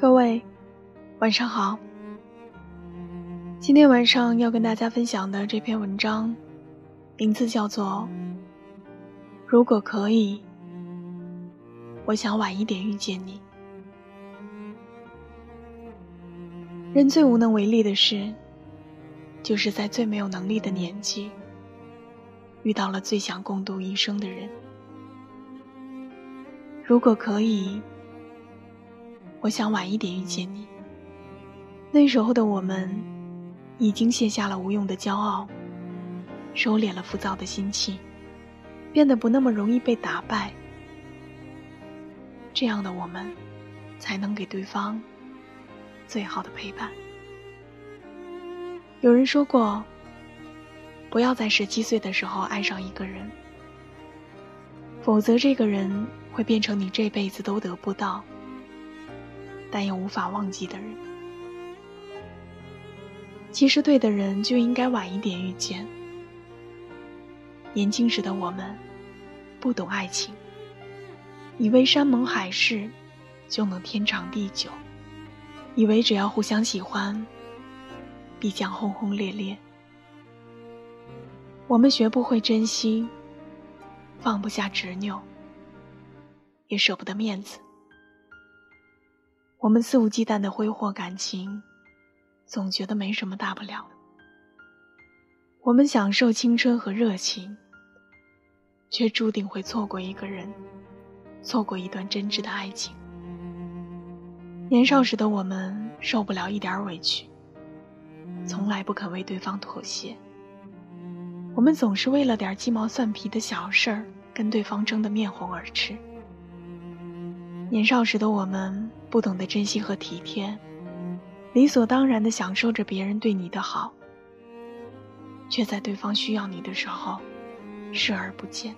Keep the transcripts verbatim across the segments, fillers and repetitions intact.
各位晚上好，今天晚上要跟大家分享的这篇文章名字叫做如果可以，我想晚一点遇见你。人最无能为力的事，就是在最没有能力的年纪遇到了最想共度一生的人。如果可以，我想晚一点遇见你。那时候的我们已经卸下了无用的骄傲，收敛了浮躁的心气，变得不那么容易被打败。这样的我们才能给对方最好的陪伴。有人说过，不要在十七岁的时候爱上一个人，否则这个人会变成你这辈子都得不到但又无法忘记的人。其实对的人就应该晚一点遇见。年轻时的我们不懂爱情，以为山盟海誓就能天长地久，以为只要互相喜欢必将轰轰烈烈。我们学不会珍惜，放不下执拗，也舍不得面子。我们肆无忌惮地挥霍感情，总觉得没什么大不了的。我们享受青春和热情，却注定会错过一个人，错过一段真挚的爱情。年少时的我们受不了一点委屈，从来不肯为对方妥协。我们总是为了点鸡毛蒜皮的小事儿跟对方争得面红耳赤。年少时的我们不懂得珍惜和体贴，理所当然地享受着别人对你的好，却在对方需要你的时候视而不见。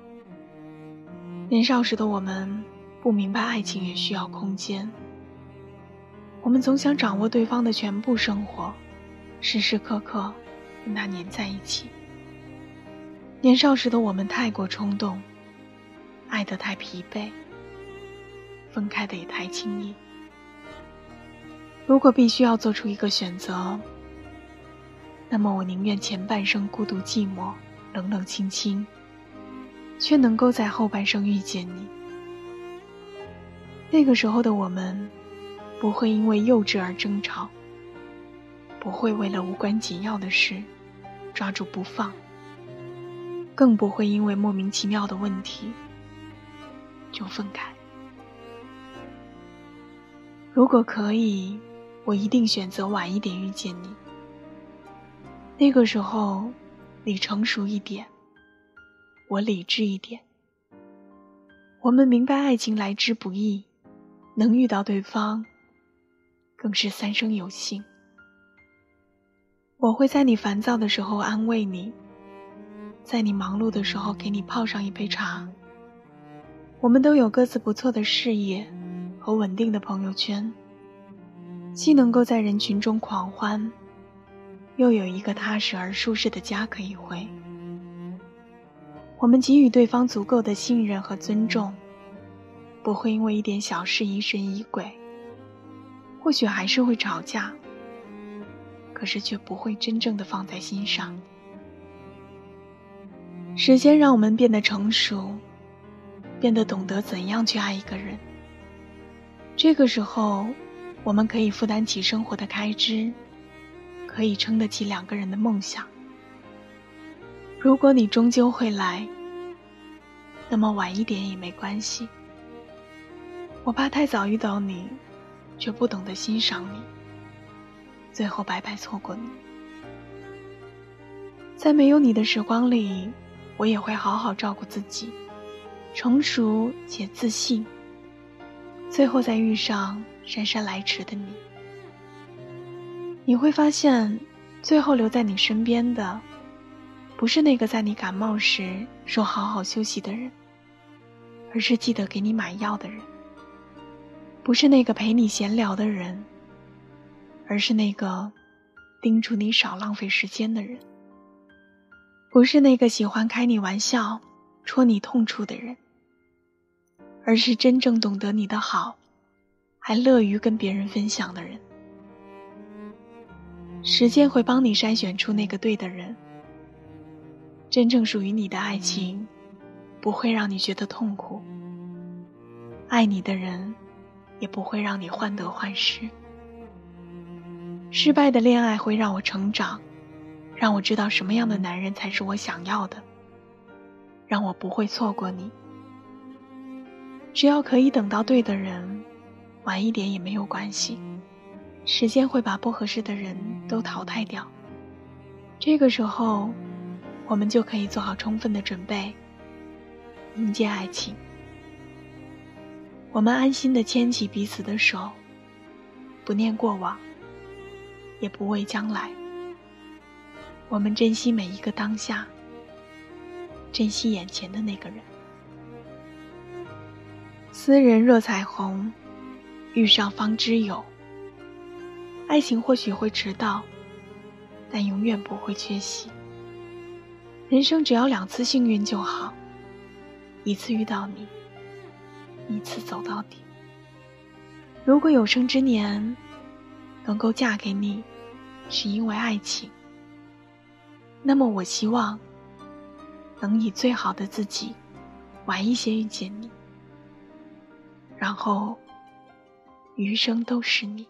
年少时的我们不明白爱情也需要空间，我们总想掌握对方的全部生活，时时刻刻跟他黏在一起。年少时的我们太过冲动，爱得太疲惫，分开的也太轻易。如果必须要做出一个选择，那么我宁愿前半生孤独寂寞，冷冷清清，却能够在后半生遇见你。那个时候的我们不会因为幼稚而争吵，不会为了无关紧要的事抓住不放，更不会因为莫名其妙的问题就分开。如果可以，我一定选择晚一点遇见你。那个时候你成熟一点，我理智一点，我们明白爱情来之不易，能遇到对方更是三生有幸。我会在你烦躁的时候安慰你，在你忙碌的时候给你泡上一杯茶。我们都有各自不错的事业和稳定的朋友圈，既能够在人群中狂欢，又有一个踏实而舒适的家可以回。我们给予对方足够的信任和尊重，不会因为一点小事疑神疑鬼，或许还是会吵架，可是却不会真正的放在心上。时间让我们变得成熟，变得懂得怎样去爱一个人。这个时候我们可以负担起生活的开支，可以撑得起两个人的梦想。如果你终究会来，那么晚一点也没关系。我怕太早遇到你，却不懂得欣赏你，最后白白错过你。在没有你的时光里，我也会好好照顾自己，成熟且自信，最后再遇上姗姗来迟的你。你会发现，最后留在你身边的不是那个在你感冒时说好好休息的人，而是记得给你买药的人；不是那个陪你闲聊的人，而是那个叮嘱你少浪费时间的人；不是那个喜欢开你玩笑戳你痛处的人，而是真正懂得你的好， 还乐于跟别人分享的人。时间会帮你筛选出那个对的人，真正属于你的爱情不会让你觉得痛苦，爱你的人也不会让你患得患失。失败的恋爱会让我成长，让我知道什么样的男人才是我想要的，让我不会错过你。只要可以等到对的人，晚一点也没有关系，时间会把不合适的人都淘汰掉。这个时候，我们就可以做好充分的准备，迎接爱情。我们安心地牵起彼此的手，不念过往，也不畏将来。我们珍惜每一个当下，珍惜眼前的那个人。斯人若彩虹，遇上方知有。爱情或许会迟到，但永远不会缺席。人生只要两次幸运就好，一次遇到你，一次走到底。如果有生之年能够嫁给你，是因为爱情，那么我希望能以最好的自己晚一些遇见你，然后余生都是你。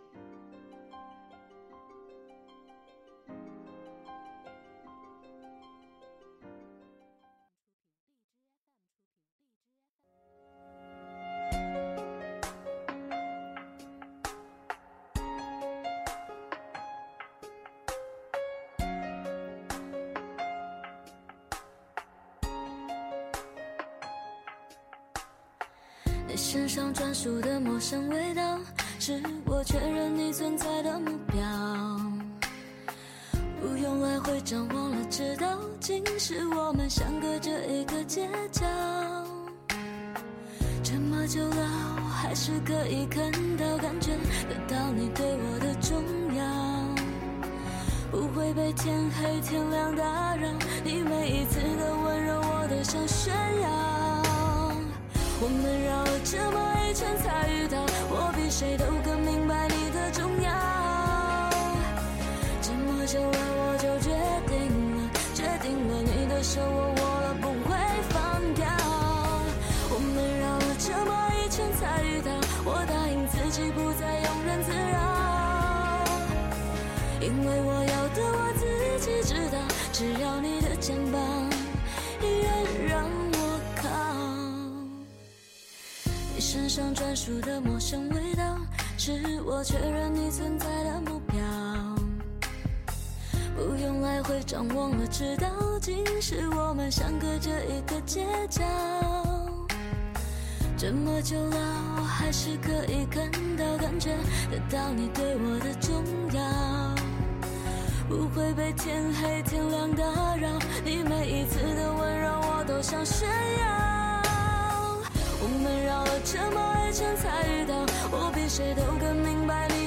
你身上专属的陌生味道，是我确认你存在的目标。不用来回张望了，知道竟是我们相隔着一个街角。这么久了，我还是可以看到，感觉得到你对我的重要，不会被天黑天亮打扰。你每一次的温柔，我都想炫耀。我们绕了这么一圈才遇到，我比谁都更明白你的重要。这么久了，我就决定了，决定了你的手我握了不会放掉。我们绕了这么一圈才遇到，我答应自己不再庸人自扰，因为我要的我自己知道，只要你的肩膀依然让我靠。你身上专属的陌生味道，是我确认你存在的目标。不用来回张望了，知道竟是我们相隔着一个街角。这么久了，我还是可以看到，感觉得到你对我的重要，不会被天黑天亮打扰。你每一次的温柔，我都想炫耀。我们绕了这么一圈才遇到，我比谁都更明白你